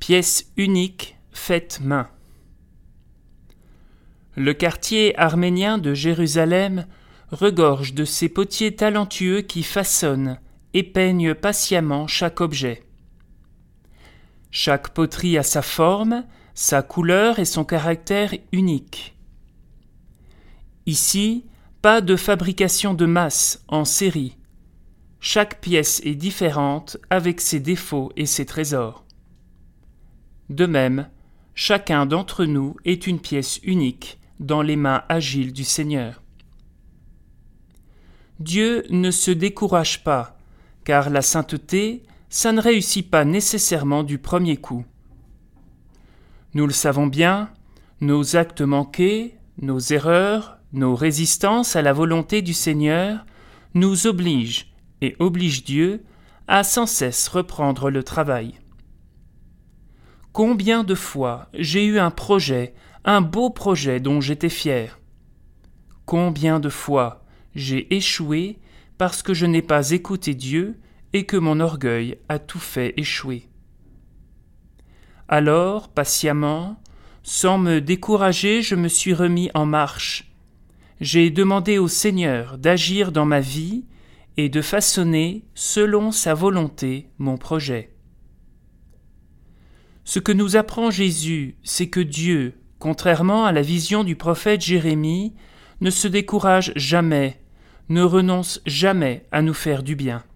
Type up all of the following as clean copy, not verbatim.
Pièce unique faite main. Le quartier arménien de Jérusalem regorge de ces potiers talentueux qui façonnent et peignent patiemment chaque objet. Chaque poterie a sa forme, sa couleur et son caractère unique. Ici, pas de fabrication de masse en série. Chaque pièce est différente avec ses défauts et ses trésors. De même, chacun d'entre nous est une pièce unique dans les mains agiles du Seigneur. Dieu ne se décourage pas, car la sainteté, ça ne réussit pas nécessairement du premier coup. Nous le savons bien, nos actes manqués, nos erreurs, nos résistances à la volonté du Seigneur nous obligent et obligent Dieu à sans cesse reprendre le travail. Combien de fois j'ai eu un projet, un beau projet dont j'étais fier. Combien de fois j'ai échoué parce que je n'ai pas écouté Dieu et que mon orgueil a tout fait échouer. Alors, patiemment, sans me décourager, je me suis remis en marche. J'ai demandé au Seigneur d'agir dans ma vie et de façonner, selon sa volonté, mon projet. Ce que nous apprend Jésus, c'est que Dieu, contrairement à la vision du prophète Jérémie, ne se décourage jamais, ne renonce jamais à nous faire du bien.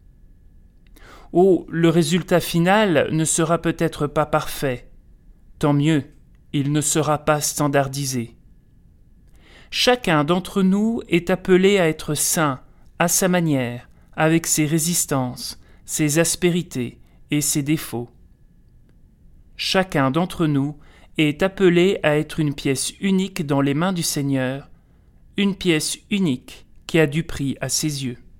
Oh, le résultat final ne sera peut-être pas parfait. Tant mieux, il ne sera pas standardisé. Chacun d'entre nous est appelé à être saint, à sa manière, avec ses résistances, ses aspérités et ses défauts. Chacun d'entre nous est appelé à être une pièce unique dans les mains du Seigneur, une pièce unique qui a du prix à ses yeux.